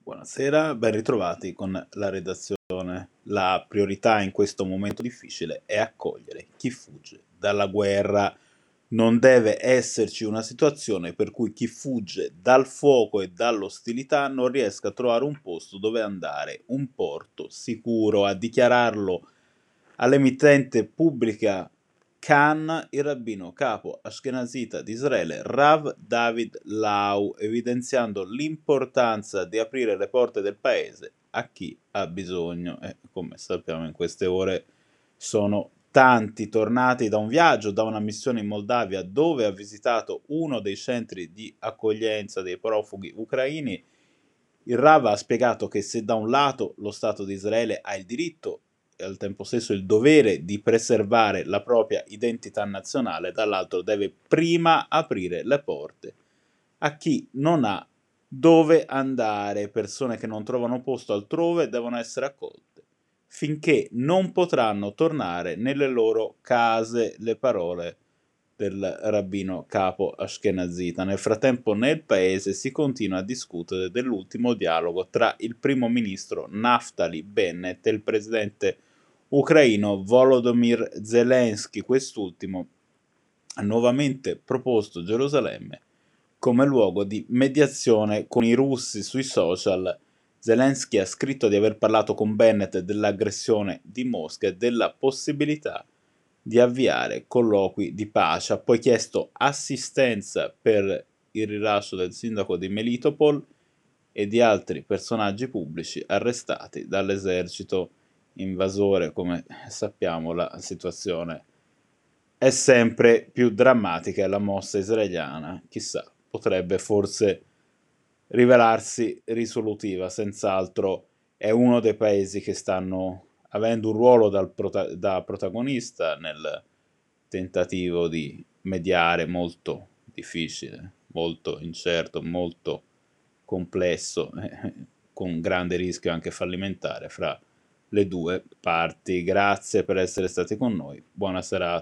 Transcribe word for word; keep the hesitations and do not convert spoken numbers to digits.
Buonasera, ben ritrovati con la redazione. La priorità in questo momento difficile è accogliere chi fugge dalla guerra. Non deve esserci una situazione per cui chi fugge dal fuoco e dall'ostilità non riesca a trovare un posto dove andare, un porto sicuro. A dichiararlo all'emittente pubblica Khan, il rabbino capo ashkenazita di Israele Rav David Lau, evidenziando l'importanza di aprire le porte del paese a chi ha bisogno. E come sappiamo in queste ore sono tanti tornati da un viaggio, da una missione in Moldavia, dove ha visitato uno dei centri di accoglienza dei profughi ucraini. Il Rav ha spiegato che se da un lato lo Stato di Israele ha il diritto e al tempo stesso il dovere di preservare la propria identità nazionale, dall'altro deve prima aprire le porte a chi non ha dove andare. Persone che non trovano posto altrove devono essere accolte finché non potranno tornare nelle loro case. Le parole del rabbino capo ashkenazita. Nel frattempo nel paese si continua a discutere dell'ultimo dialogo tra il primo ministro Naftali Bennett e il presidente ucraino Volodymyr Zelensky. Quest'ultimo ha nuovamente proposto Gerusalemme come luogo di mediazione con i russi. Sui social Zelensky ha scritto di aver parlato con Bennett dell'aggressione di Mosca e della possibilità di avviare colloqui di pace. Ha poi chiesto assistenza per il rilascio del sindaco di Melitopol e di altri personaggi pubblici arrestati dall'esercito invasore. Come sappiamo, la situazione è sempre più drammatica e la mossa israeliana, chissà, potrebbe forse rivelarsi risolutiva. Senz'altro è uno dei paesi che stanno avendo un ruolo dal prota- da protagonista nel tentativo di mediare, molto difficile, molto incerto, molto complesso, eh, con grande rischio anche fallimentare fra le due parti. Grazie per essere stati con noi, buona serata.